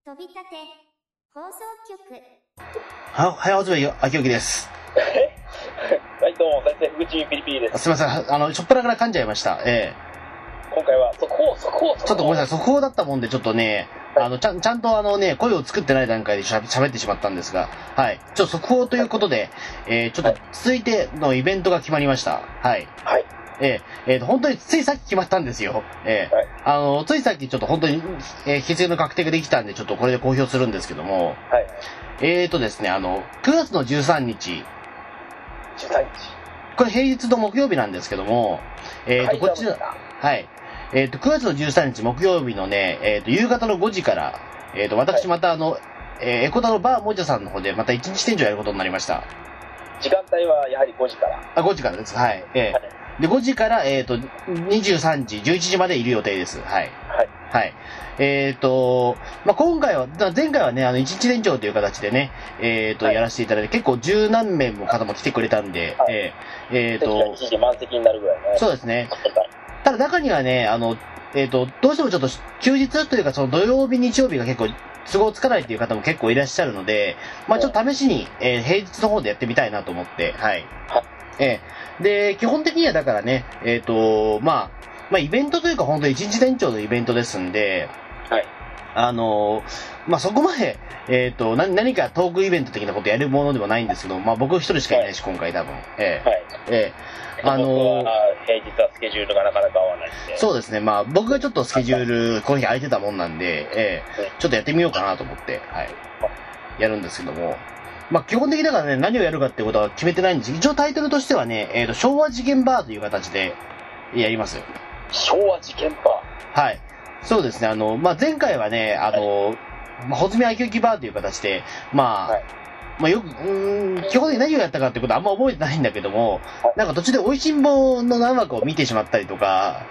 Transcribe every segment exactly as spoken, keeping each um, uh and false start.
飛び立て放送局。 は、はい、おつべよ、あきおきです。 はい、どうも、先生、ふぐちピリピリです。 すみません、あの、しょっぱなから噛んじゃいました。ええ今回は、速報、速報、速報。 ちょっとごめんなさい、速報だったもんで、ちょっとね、 はい、 あの、ちゃん、ちゃんとあのね、声を作ってない段階でしゃ喋ってしまったんですが、はい。ちょっと速報ということで、えー、ちょっと続いてのイベントが決まりました。はい。 はい。 えー、えーと、本当についさっき決まったんですよ。えー、 はい、 あの、ついさっきちょっと本当に、えー、必要の確定ができたんで、ちょっとこれで公表するんですけども、 はい。 えーとですね、あの、くがつのじゅうさんにち、 じゅうさんにち。 これ平日の木曜日なんですけども、えーと、こちら、はい。えーと、くがつのじゅうさんにち木曜日のね、えーと、夕方のごじから、えーと、私またあの、はい、えー、エコタのバーもじゃさんの方でまた一日店長やることになりました。 時間帯はやはりごじから。 あ、ごじからです。はい。えー、はい、で、ごじから、えっと、にじゅうさんじ、じゅういちじまでいる予定です。はい。 はい。 はい。えっ、ー、と、まあ、今回は、前回はね、あの、一日店長という形でね、えっ、ー、と、はい、やらせていただいて、結構十何名の方も来てくれたんで、はい、えー、えっ、ー、と、 一時満席になるぐらいね。 そうですね。ただ中にはね、あの、えっ、と、どうしてもちょっと休日というか、その土曜日、日曜日が結構、都合つかないという方も結構いらっしゃるので、まあ、ちょっと試しに、えー、平日の方でやってみたいなと思って、はい。はい。えー、で、基本的にはだからね、えっ、と、まあ、まあ、イベントというか本当に一日店長のイベントですんで、はい。あの、まあ、そこまで、えっ、と、何、何かトークイベント的なことやるものではないんですけど、まあ、僕一人しかいないし、はい、今回多分。えー、はい。えー、あのー、 平日はスケジュールがなかなか合わないんで。 そうですね。まあ、僕がちょっとスケジュール、この日空いてたもんなんで、えー、ちょっとやってみようかなと思って、はい。やるんですけども。まあ、基本的にだからね、何をやるかってことは決めてないんです。一応タイトルとしてはね、えっ、ー、と、昭和事件バーという形でやります。 昭和事件バーはい。そうですね。あの、まあ、前回はね、あの、はい、まあ、ほずみあきおきバーという形で、まあ、はい、まあ、よく、うーん、基本的に何をやったかってことはあんま覚えてないんだけども、はい、なんか途中で美味しんぼの何枠を見てしまったりとか、はい、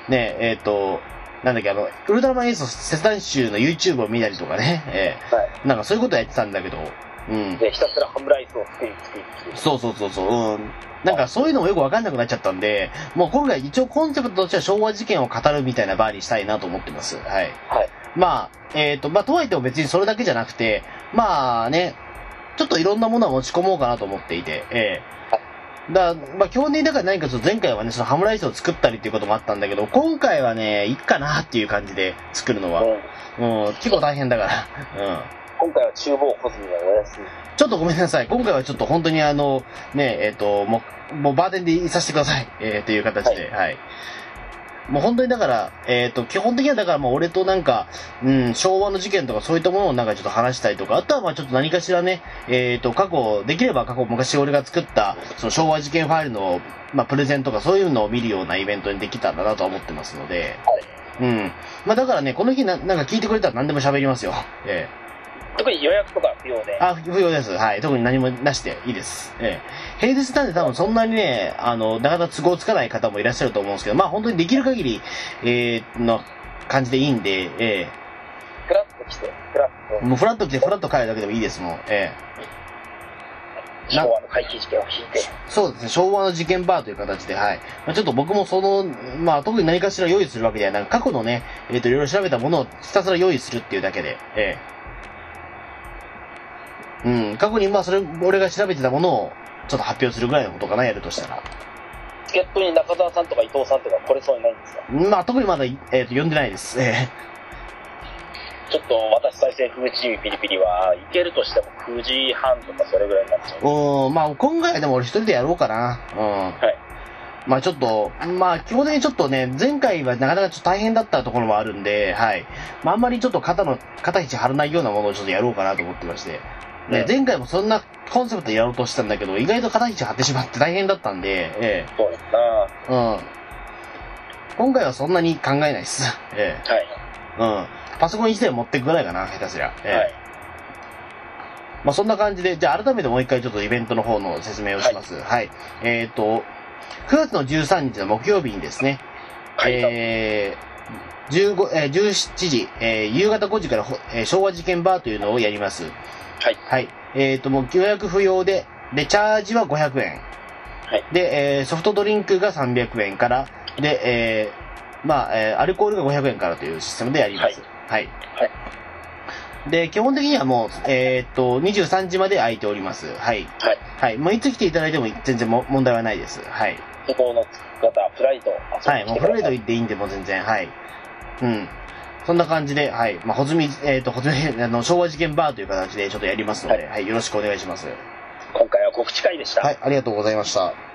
ね、えっ、ー、と、なんだっけ、あの、ウルトラマンエース切断集の YouTube を見たりとかね、えーはい、なんかそういうことをやってたんだけど、うん。 で、ひたすらハムライスを作り作り作り。 そうそうそうそう、うん。なんかそういうのもよくわかんなくなっちゃったんで、もう今回一応コンセプトとしては昭和事件を語るみたいなバーにしたいなと思ってます。はい。はい。まあ、えっ、ー、と、まあ、とはいっても別にそれだけじゃなくて、まあね、ちょっといろんなものを持ち込もうかなと思っていて、ええー。だまあ、基本的にだから何かその前回はね、そのハムライスを作ったりっていうこともあったんだけど、今回はね、いっかなっていう感じで作るのは。うん。うん、結構大変だから。うん。 今回は厨房コスメがお休み。 ちょっとごめんなさい。今回はちょっと本当にあの、ね、えっ、ー、と、もう、もうバーテンでいさせてください。えー、という形で、はい。はい、もう本当にだから、えっ、ー、と、基本的にはだからもう俺となんか、うん、昭和の事件とかそういったものをなんかちょっと話したいとか、あとはまあちょっと何かしらね、えっ、ー、と、過去、できれば過去昔俺が作った、その昭和事件ファイルの、まあプレゼンとかそういうのを見るようなイベントにできたらなとは思ってますので、はい。うん。まあだからね、この日な、なんか聞いてくれたら何でも喋りますよ。ええー特に予約とか不要で。 あ、不要です。はい。特に何もなしでいいです。ええ。平日なんで多分そんなにね、あの、なかなか都合つかない方もいらっしゃると思うんですけど、まあ本当にできる限り、えー、の感じでいいんで、ええ。 フラッと来て、フラッと。 もうフラッと来て、フラッと帰るだけでもいいですもん。ええ。昭和の怪奇事件を聞いて。 そうですね。昭和の事件バーという形で、はい。まあ、ちょっと僕もその、まあ特に何かしら用意するわけではなく、過去のね、えっ、ー、と、いろいろ調べたものをひたすら用意するっていうだけで、ええ。うん、過去にまあそれ、俺が調べてたものをちょっと発表するぐらいのことかな、やるとしたら。 助っ人に中澤さんとか伊藤さんとか来れそうにないんですか？ まあ特にまだ、えー、と呼んでないです。えー、ちょっと私再生風チームピリピリは、行けるとしてもくじはんとかそれぐらいになっちゃう。 うん、まあ今回でも俺一人でやろうかな。うん。はい。まあちょっと、まあ基本的にちょっとね、前回はなかなかちょっと大変だったところもあるんで、はい。まああんまりちょっと肩の、肩肘張らないようなものをちょっとやろうかなと思ってまして。ね、前回もそんなコンセプトでやろうとしてたんだけど、意外と肩肘張ってしまって大変だったんで、ええ。 そうですな。 うん。今回はそんなに考えないです。ええ。はい。うん。パソコン一台持ってくぐらいかな、下手すりゃ。ええ。はい。まあそんな感じで、じゃあ改めてもう一回ちょっとイベントの方の説明をします。はい。はい、えっ、ー、と、くがつのじゅうさんにちの木曜日にですね、はい、えー、じゅうご、えー、じゅうしちじ、えー、夕方ごじから、えー、昭和事件バーというのをやります。はい。はい。えっ、ー、と、もう予約不要で、で、チャージはごひゃくえん。はい。で、えー、ソフトドリンクがさんびゃくえんから、で、えー、まあ、えー、アルコールがごひゃくえんからというシステムでやります。はい。はい。はい、 で、基本的にはもう、えー、っと、にじゅうさんじまで空いております。はい。はい。はい。もういつ来ていただいても全然も問題はないです。はい。 そこの方、フライト遊びに来てください。 はい。もうフライト行っていいんで、もう全然、はい。うん。そんな感じで、はい。まあ、ほずみ、えー、っと、ほずみ、あの、昭和事件バーという形でちょっとやりますので、はい、はい。よろしくお願いします。 今回は告知会でした。 はい。ありがとうございました。